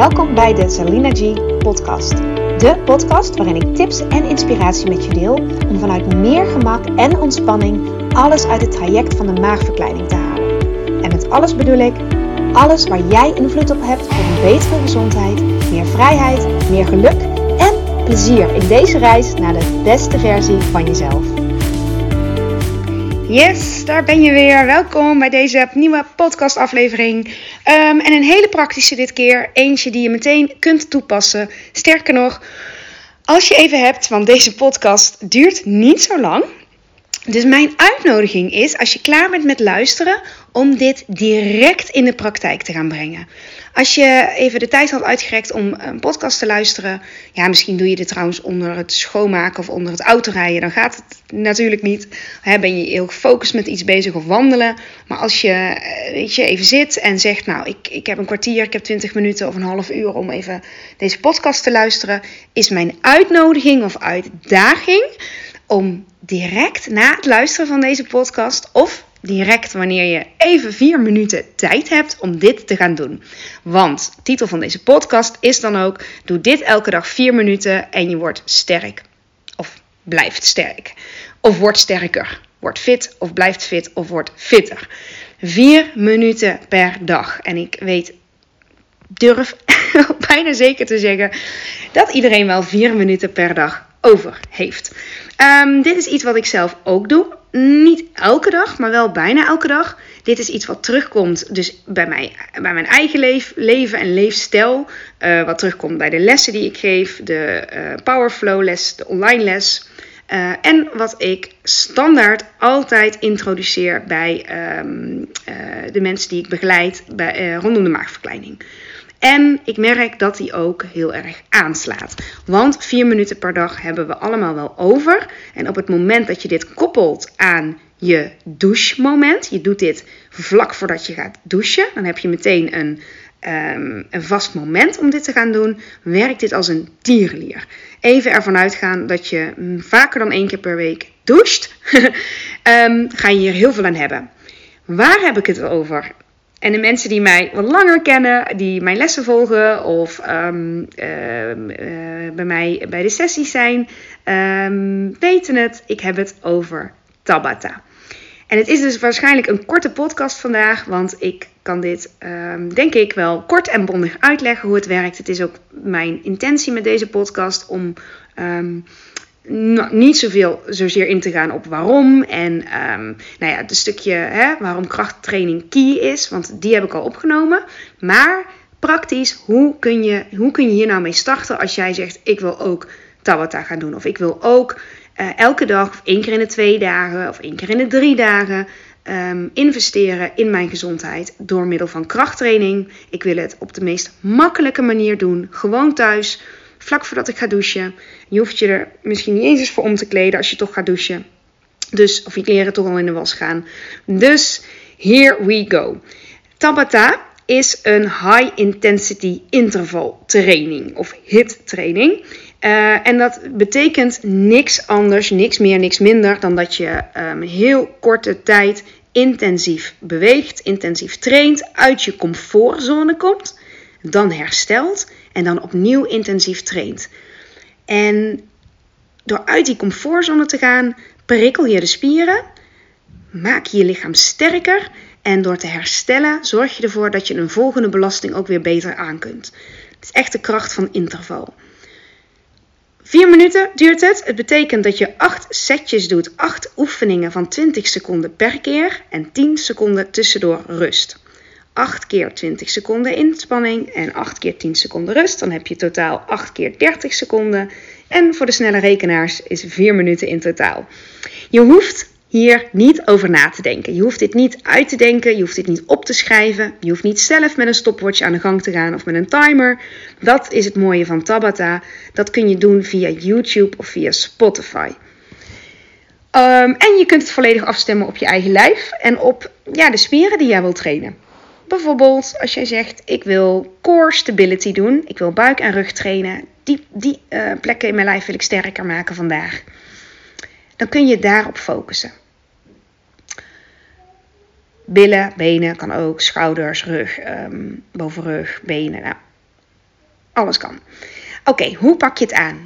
Welkom bij de Salina G podcast. De podcast waarin ik tips en inspiratie met je deel om vanuit meer gemak en ontspanning alles uit het traject van de maagverkleining te halen. En met alles bedoel ik, alles waar jij invloed op hebt voor een betere gezondheid, meer vrijheid, meer geluk en plezier in deze reis naar de beste versie van jezelf. Yes, daar ben je weer. Welkom bij deze nieuwe podcastaflevering. En een hele praktische dit keer. Eentje die je meteen kunt toepassen. Sterker nog, als je even hebt, want deze podcast duurt niet zo lang. Dus mijn uitnodiging is, als je klaar bent met luisteren, om dit direct in de praktijk te gaan brengen. Als je even de tijd had uitgerekt om een podcast te luisteren, ja, misschien doe je dit trouwens onder het schoonmaken of onder het autorijden, dan gaat het natuurlijk niet. Ben je heel gefocust met iets bezig of wandelen. Maar als je, even zit en zegt, nou, ik heb een kwartier, ik heb 20 minuten of een half uur om even deze podcast te luisteren, is mijn uitnodiging of uitdaging om direct na het luisteren van deze podcast of direct wanneer je even 4 minuten tijd hebt om dit te gaan doen. Want de titel van deze podcast is dan ook: doe dit elke dag 4 minuten en je wordt sterk. Of blijft sterk. Of wordt sterker. Wordt fit of blijft fit of wordt fitter. 4 minuten per dag. En ik durf bijna zeker te zeggen dat iedereen wel 4 minuten per dag over heeft. Dit is iets wat ik zelf ook doe. Niet elke dag, maar wel bijna elke dag. Dit is iets wat terugkomt dus bij mijn eigen leven en leefstijl. Wat terugkomt bij de lessen die ik geef. De Powerflow les, de online les. En wat ik standaard altijd introduceer bij de mensen die ik begeleid rondom de maagverkleining. En ik merk dat die ook heel erg aanslaat. Want 4 minuten per dag hebben we allemaal wel over. En op het moment dat je dit koppelt aan je douchemoment. Je doet dit vlak voordat je gaat douchen. Dan heb je meteen een vast moment om dit te gaan doen. Werkt dit als een tierenlier. Even ervan uitgaan dat je vaker dan 1 keer per week doucht. Ga je hier heel veel aan hebben. Waar heb ik het over? En de mensen die mij wat langer kennen, die mijn lessen volgen of bij mij bij de sessies zijn, weten het. Ik heb het over Tabata. En het is dus waarschijnlijk een korte podcast vandaag, want ik kan dit denk ik wel kort en bondig uitleggen hoe het werkt. Het is ook mijn intentie met deze podcast om niet zozeer in te gaan op waarom en het stukje waarom krachttraining key is, want die heb ik al opgenomen. Maar praktisch, hoe kun je hier nou mee starten als jij zegt, ik wil ook Tabata gaan doen, of ik wil ook elke dag of 1 keer in de 2 dagen of 1 keer in de 3 dagen investeren in mijn gezondheid door middel van krachttraining. Ik wil het op de meest makkelijke manier doen, gewoon thuis, vlak voordat ik ga douchen. Je hoeft je er misschien niet eens voor om te kleden als je toch gaat douchen. Dus, of je kleren toch al in de was gaan. Dus, here we go. Tabata is een high intensity interval training of HIIT training. En dat betekent niks anders, niks meer, niks minder dan dat je heel korte tijd intensief beweegt, intensief traint, uit je comfortzone komt, dan herstelt en dan opnieuw intensief traint. En door uit die comfortzone te gaan, prikkel je de spieren, maak je je lichaam sterker en door te herstellen zorg je ervoor dat je een volgende belasting ook weer beter aan kunt. Het is echt de kracht van interval. 4 minuten duurt het. Het betekent dat je 8 setjes doet, 8 oefeningen van 20 seconden per keer en 10 seconden tussendoor rust. 8 keer 20 seconden inspanning en 8 keer 10 seconden rust. Dan heb je totaal 8 keer 30 seconden. En voor de snelle rekenaars is 4 minuten in totaal. Je hoeft hier niet over na te denken. Je hoeft dit niet uit te denken. Je hoeft dit niet op te schrijven. Je hoeft niet zelf met een stopwatch aan de gang te gaan of met een timer. Dat is het mooie van Tabata. Dat kun je doen via YouTube of via Spotify. En je kunt het volledig afstemmen op je eigen lijf en op de spieren die jij wilt trainen. Bijvoorbeeld als jij zegt, ik wil core stability doen. Ik wil buik en rug trainen. Die plekken in mijn lijf wil ik sterker maken vandaag. Dan kun je daarop focussen. Billen, benen kan ook, schouders, rug, bovenrug, benen. Nou, Alles kan. Oké, hoe pak je het aan?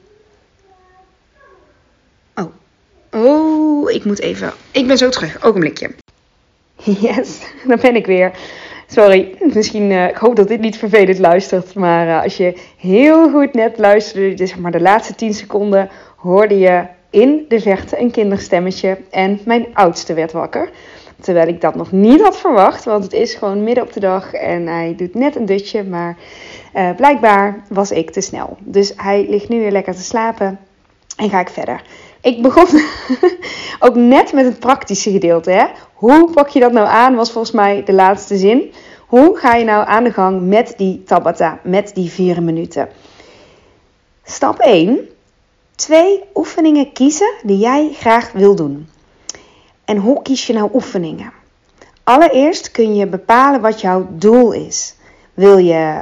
Oh, ik ben zo terug. Ogenblikje. Yes, daar ben ik weer. Sorry, misschien, ik hoop dat dit niet vervelend luistert. Maar als je heel goed net luisterde, dus maar de laatste 10 seconden, hoorde je in de verte een kinderstemmetje. En mijn oudste werd wakker. Terwijl ik dat nog niet had verwacht, want het is gewoon midden op de dag en hij doet net een dutje. Maar blijkbaar was ik te snel. Dus hij ligt nu weer lekker te slapen en ga ik verder. Ik begon ook net met het praktische gedeelte. Hè? Hoe pak je dat nou aan, was volgens mij de laatste zin. Hoe ga je nou aan de gang met die Tabata, met die 4 minuten? Stap 1. 2 oefeningen kiezen die jij graag wil doen. En hoe kies je nou oefeningen? Allereerst kun je bepalen wat jouw doel is. Wil je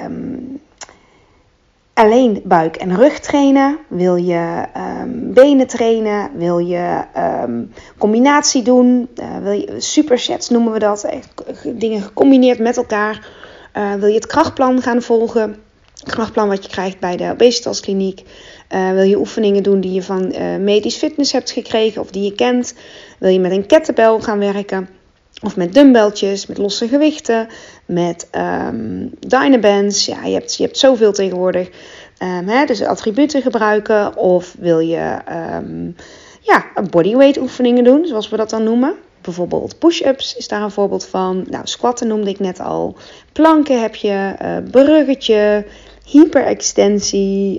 alleen buik en rug trainen? Wil je benen trainen? Wil je combinatie doen? Wil je supersets noemen we dat? Dingen gecombineerd met elkaar. Wil je het krachtplan gaan volgen? Het krachtplan wat je krijgt bij de obesitaskliniek. Wil je oefeningen doen die je van Medisch Fitness hebt gekregen of die je kent? Wil je met een kettlebell gaan werken? Of met dumbbelltjes, met losse gewichten, met dynabands. Ja, je hebt zoveel tegenwoordig. Dus attributen gebruiken. Of wil je bodyweight oefeningen doen, zoals we dat dan noemen. Bijvoorbeeld push-ups is daar een voorbeeld van. Nou, squatten noemde ik net al. Planken heb je, bruggetje, hyperextensie,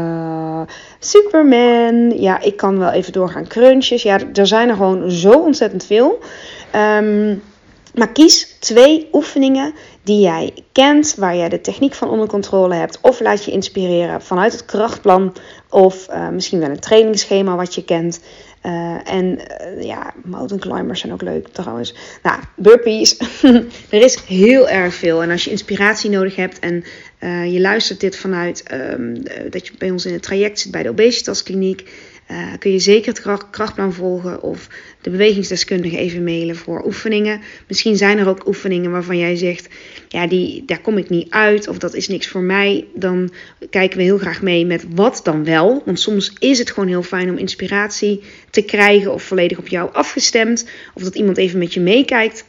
Superman. Ja, ik kan wel even doorgaan. Crunches. Ja, er zijn er gewoon zo ontzettend veel. Maar kies 2 oefeningen die jij kent, waar jij de techniek van onder controle hebt. Of laat je inspireren vanuit het krachtplan. Of misschien wel een trainingsschema wat je kent. Mountain climbers zijn ook leuk trouwens. Nou, burpees. Er is heel erg veel. En als je inspiratie nodig hebt en je luistert dit vanuit dat je bij ons in het traject zit bij de obesitaskliniek, kun je zeker het krachtplan volgen of de bewegingsdeskundige even mailen voor oefeningen. Misschien zijn er ook oefeningen waarvan jij zegt, ja, daar kom ik niet uit of dat is niks voor mij. Dan kijken we heel graag mee met wat dan wel. Want soms is het gewoon heel fijn om inspiratie te krijgen of volledig op jou afgestemd. Of dat iemand even met je meekijkt.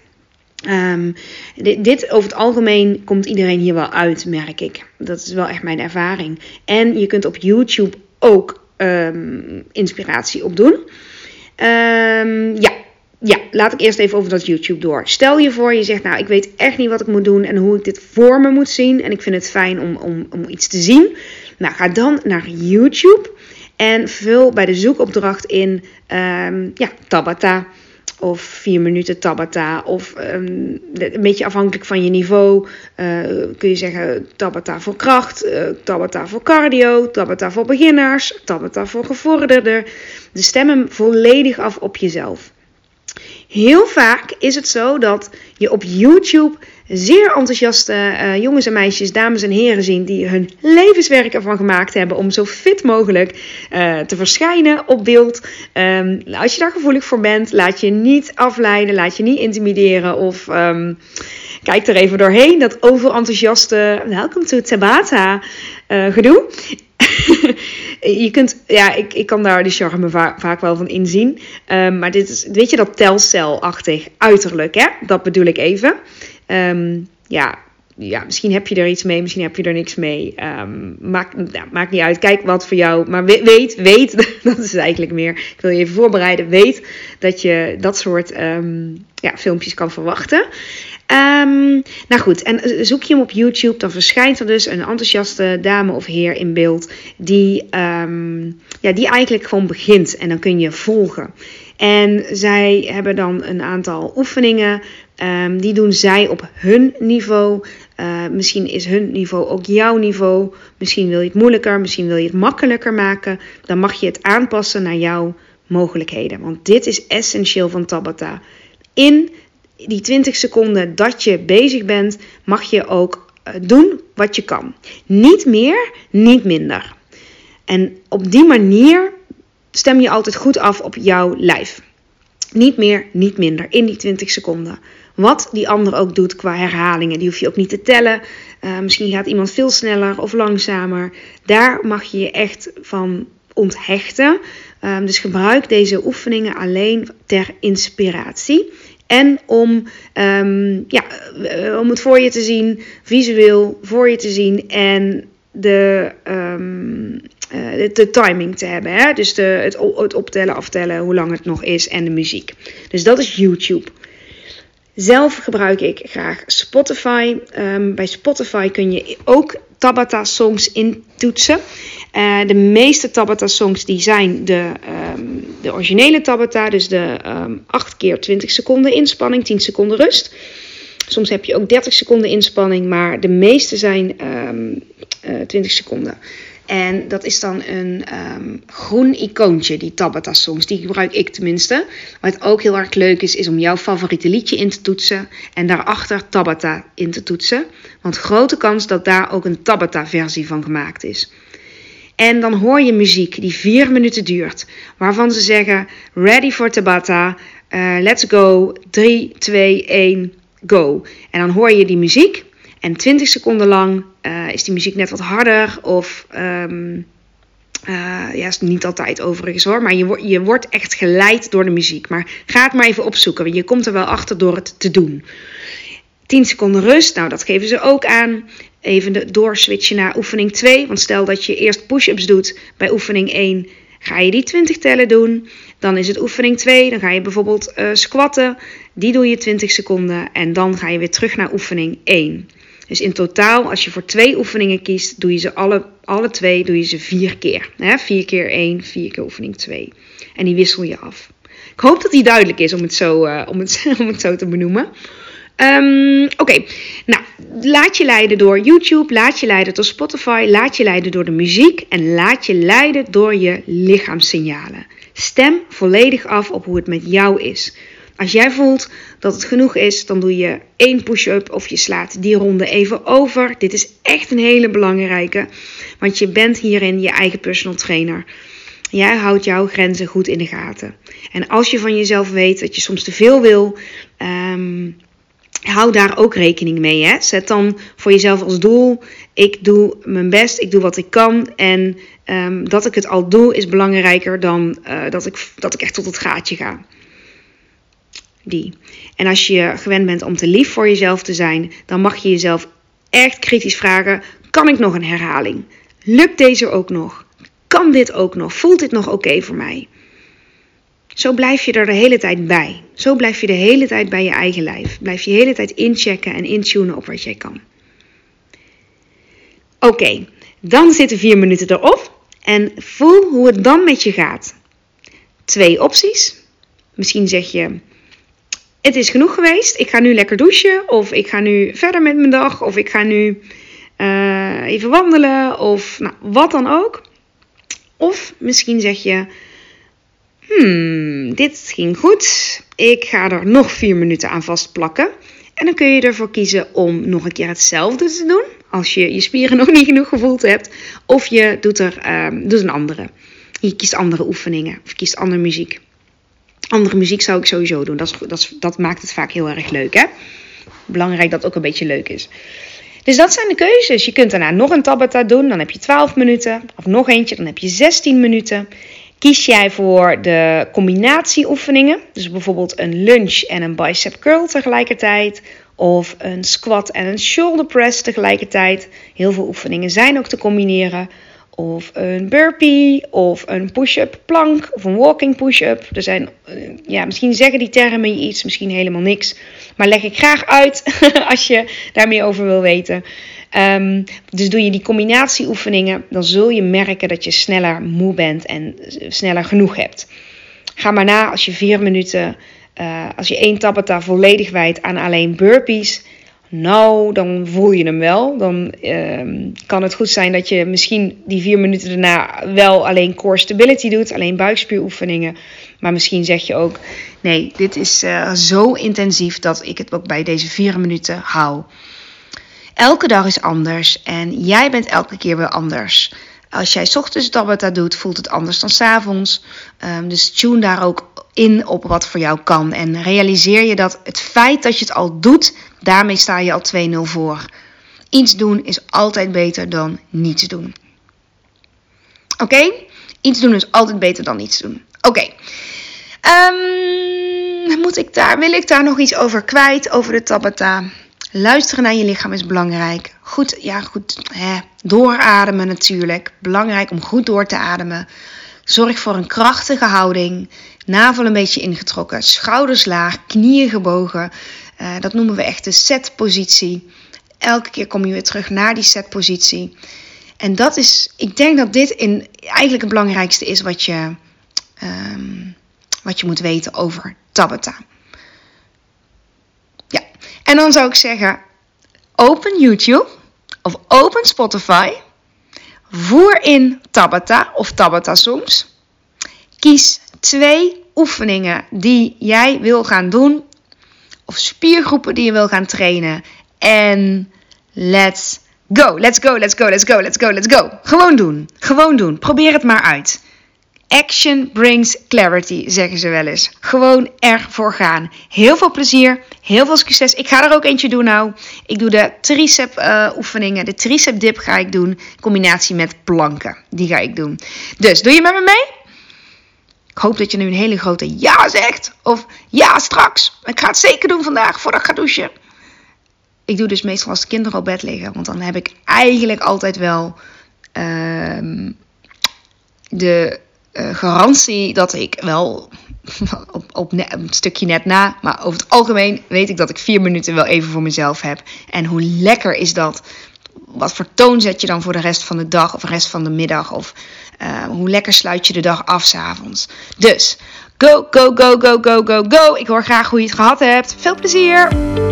Dit over het algemeen komt iedereen hier wel uit, merk ik. Dat is wel echt mijn ervaring. En je kunt op YouTube ook inspiratie opdoen. Laat ik eerst even over dat YouTube door. Stel je voor, je zegt, nou, ik weet echt niet wat ik moet doen en hoe ik dit voor me moet zien. En ik vind het fijn om iets te zien. Nou, ga dan naar YouTube en vul bij de zoekopdracht in Tabata. Of 4 minuten Tabata. Of een beetje afhankelijk van je niveau. Kun je zeggen Tabata voor kracht. Tabata voor cardio. Tabata voor beginners. Tabata voor gevorderden. Dus stem hem volledig af op jezelf. Heel vaak is het zo dat je op YouTube zeer enthousiaste jongens en meisjes, dames en heren zien die hun levenswerk ervan gemaakt hebben om zo fit mogelijk te verschijnen op beeld. Als je daar gevoelig voor bent, laat je niet afleiden, laat je niet intimideren of kijk er even doorheen. Dat overenthousiaste welcome to Tabata gedoe. Je kunt, ik kan daar de charme vaak wel van inzien. Maar dit is, weet je, dat telcelachtig uiterlijk, hè? Dat bedoel ik even. Misschien heb je er iets mee, misschien heb je er niks mee. Maakt niet uit. Kijk wat voor jou. Maar weet, dat is eigenlijk meer. Ik wil je even voorbereiden. Weet dat je dat soort filmpjes kan verwachten. Nou goed, en zoek je hem op YouTube, dan verschijnt er dus een enthousiaste dame of heer in beeld die eigenlijk gewoon begint en dan kun je volgen. En zij hebben dan een aantal oefeningen, die doen zij op hun niveau. Misschien is hun niveau ook jouw niveau. Misschien wil je het moeilijker, misschien wil je het makkelijker maken. Dan mag je het aanpassen naar jouw mogelijkheden. Want dit is essentieel van Tabata. In die 20 seconden dat je bezig bent, mag je ook doen wat je kan. Niet meer, niet minder. En op die manier stem je altijd goed af op jouw lijf. Niet meer, niet minder in die 20 seconden. Wat die ander ook doet qua herhalingen. Die hoef je ook niet te tellen. Misschien gaat iemand veel sneller of langzamer. Daar mag je je echt van onthechten. Dus gebruik deze oefeningen alleen ter inspiratie. En om het voor je te zien, visueel voor je te zien en de timing te hebben. Hè? Dus het optellen, aftellen, hoe lang het nog is en de muziek. Dus dat is YouTube. Zelf gebruik ik graag Spotify. Bij Spotify kun je ook Tabata-songs intoetsen. De meeste Tabata-songs die zijn de originele Tabata. Dus de 8 keer 20 seconden inspanning, 10 seconden rust. Soms heb je ook 30 seconden inspanning, maar de meeste zijn 20 seconden. En dat is dan een groen icoontje, die Tabata-songs. Die gebruik ik tenminste. Wat ook heel erg leuk is om jouw favoriete liedje in te toetsen. En daarachter Tabata in te toetsen. Want grote kans dat daar ook een Tabata-versie van gemaakt is. En dan hoor je muziek die 4 minuten duurt. Waarvan ze zeggen, ready for Tabata, let's go, 3, 2, 1, go. En dan hoor je die muziek. En 20 seconden lang is die muziek net wat harder. Of is niet altijd overigens hoor. Maar je wordt echt geleid door de muziek. Maar ga het maar even opzoeken. Want je komt er wel achter door het te doen. 10 seconden rust. Nou, dat geven ze ook aan. Even doorswitchen naar oefening 2. Want stel dat je eerst push-ups doet bij oefening 1. Ga je die 20 tellen doen. Dan is het oefening 2. Dan ga je bijvoorbeeld squatten. Die doe je 20 seconden. En dan ga je weer terug naar oefening 1. Dus in totaal, als je voor 2 oefeningen kiest, doe je ze alle 2 doe je ze 4 keer. 4 keer 1, 4 keer oefening 2. En die wissel je af. Ik hoop dat die duidelijk is om het zo te benoemen. Oké. Nou, laat je leiden door YouTube, laat je leiden door Spotify, laat je leiden door de muziek en laat je leiden door je lichaamssignalen. Stem volledig af op hoe het met jou is. Als jij voelt dat het genoeg is, dan doe je 1 push-up of je slaat die ronde even over. Dit is echt een hele belangrijke, want je bent hierin je eigen personal trainer. Jij houdt jouw grenzen goed in de gaten. En als je van jezelf weet dat je soms te veel wil, hou daar ook rekening mee. Hè? Zet dan voor jezelf als doel, ik doe mijn best, ik doe wat ik kan. En dat ik het al doe is belangrijker dan dat ik echt tot het gaatje ga. En als je gewend bent om te lief voor jezelf te zijn, dan mag je jezelf echt kritisch vragen, kan ik nog een herhaling? Lukt deze ook nog? Kan dit ook nog? Voelt dit nog oké voor mij? Zo blijf je er de hele tijd bij. Zo blijf je de hele tijd bij je eigen lijf. Blijf je de hele tijd inchecken en intunen op wat jij kan. Oké, dan zitten 4 minuten erop. En voel hoe het dan met je gaat. 2 opties. Misschien zeg je, het is genoeg geweest. Ik ga nu lekker douchen. Of ik ga nu verder met mijn dag. Of ik ga nu even wandelen. Of wat dan ook. Of misschien zeg je, dit ging goed. Ik ga er nog 4 minuten aan vastplakken. En dan kun je ervoor kiezen om nog een keer hetzelfde te doen. Als je je spieren nog niet genoeg gevoeld hebt. Of je doet een andere. Je kiest andere oefeningen. Of je kiest andere muziek. Andere muziek zou ik sowieso doen. Dat maakt het vaak heel erg leuk. Hè? Belangrijk dat het ook een beetje leuk is. Dus dat zijn de keuzes. Je kunt daarna nog een Tabata doen. Dan heb je 12 minuten. Of nog eentje. Dan heb je 16 minuten. Kies jij voor de combinatieoefeningen. Dus bijvoorbeeld een lunge en een bicep curl tegelijkertijd. Of een squat en een shoulder press tegelijkertijd. Heel veel oefeningen zijn ook te combineren. Of een burpee, of een push-up plank, of een walking push-up. Er zijn, misschien zeggen die termen je iets, misschien helemaal niks. Maar leg ik graag uit als je daar meer over wil weten. Dus doe je die combinatieoefeningen, dan zul je merken dat je sneller moe bent en sneller genoeg hebt. Ga maar na als je 4 minuten, als je 1 Tabata volledig wijdt aan alleen burpees. Nou, dan voel je hem wel. Dan kan het goed zijn dat je misschien die 4 minuten daarna wel alleen core stability doet. Alleen buikspieroefeningen. Maar misschien zeg je ook, nee, dit is zo intensief dat ik het ook bij deze 4 minuten hou. Elke dag is anders en jij bent elke keer weer anders. Als jij 's ochtends Tabata doet, voelt het anders dan 's avonds. Dus tune daar ook in op wat voor jou kan. En realiseer je dat het feit dat je het al doet, daarmee sta je al 2-0 voor. Iets doen is altijd beter dan niets doen. Oké? Iets doen is altijd beter dan niets doen. Oké. Wil ik daar nog iets over kwijt, over de Tabata? Luisteren naar je lichaam is belangrijk. Goed doorademen natuurlijk. Belangrijk om goed door te ademen. Zorg voor een krachtige houding. Navel een beetje ingetrokken. Schouders laag. Knieën gebogen. Dat noemen we echt de setpositie. Elke keer kom je weer terug naar die setpositie. En dat is, ik denk dat dit eigenlijk het belangrijkste is wat je moet weten over Tabata. Ja, en dan zou ik zeggen, open YouTube of open Spotify. Voer in Tabata of Tabata songs. Kies 2 oefeningen die jij wil gaan doen. Of spiergroepen die je wil gaan trainen. En let's go. Let's go, let's go, let's go, let's go, let's go. Gewoon doen. Probeer het maar uit. Action brings clarity, zeggen ze wel eens. Gewoon ervoor gaan. Heel veel plezier, heel veel succes. Ik ga er ook eentje doen nou. Ik doe de tricep oefeningen. De tricep dip ga ik doen. In combinatie met planken. Die ga ik doen. Dus, doe je met me mee? Ik hoop dat je nu een hele grote ja zegt. Of ja straks. Ik ga het zeker doen vandaag voordat ik ga douchen. Ik doe dus meestal als de kinderen op bed liggen. Want dan heb ik eigenlijk altijd wel de garantie dat ik wel op een stukje net na. Maar over het algemeen weet ik dat ik 4 minuten wel even voor mezelf heb. En hoe lekker is dat? Wat voor toon zet je dan voor de rest van de dag of de rest van de middag? Of hoe lekker sluit je de dag af 's avonds? Dus go, go, go, go, go, go, go. Ik hoor graag hoe je het gehad hebt. Veel plezier!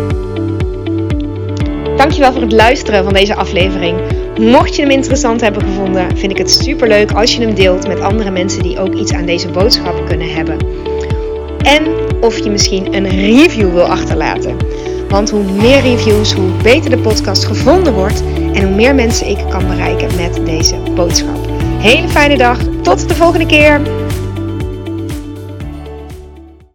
Dankjewel voor het luisteren van deze aflevering. Mocht je hem interessant hebben gevonden, vind ik het superleuk als je hem deelt met andere mensen die ook iets aan deze boodschap kunnen hebben. En of je misschien een review wil achterlaten. Want hoe meer reviews, hoe beter de podcast gevonden wordt en hoe meer mensen ik kan bereiken met deze boodschap. Hele fijne dag, tot de volgende keer!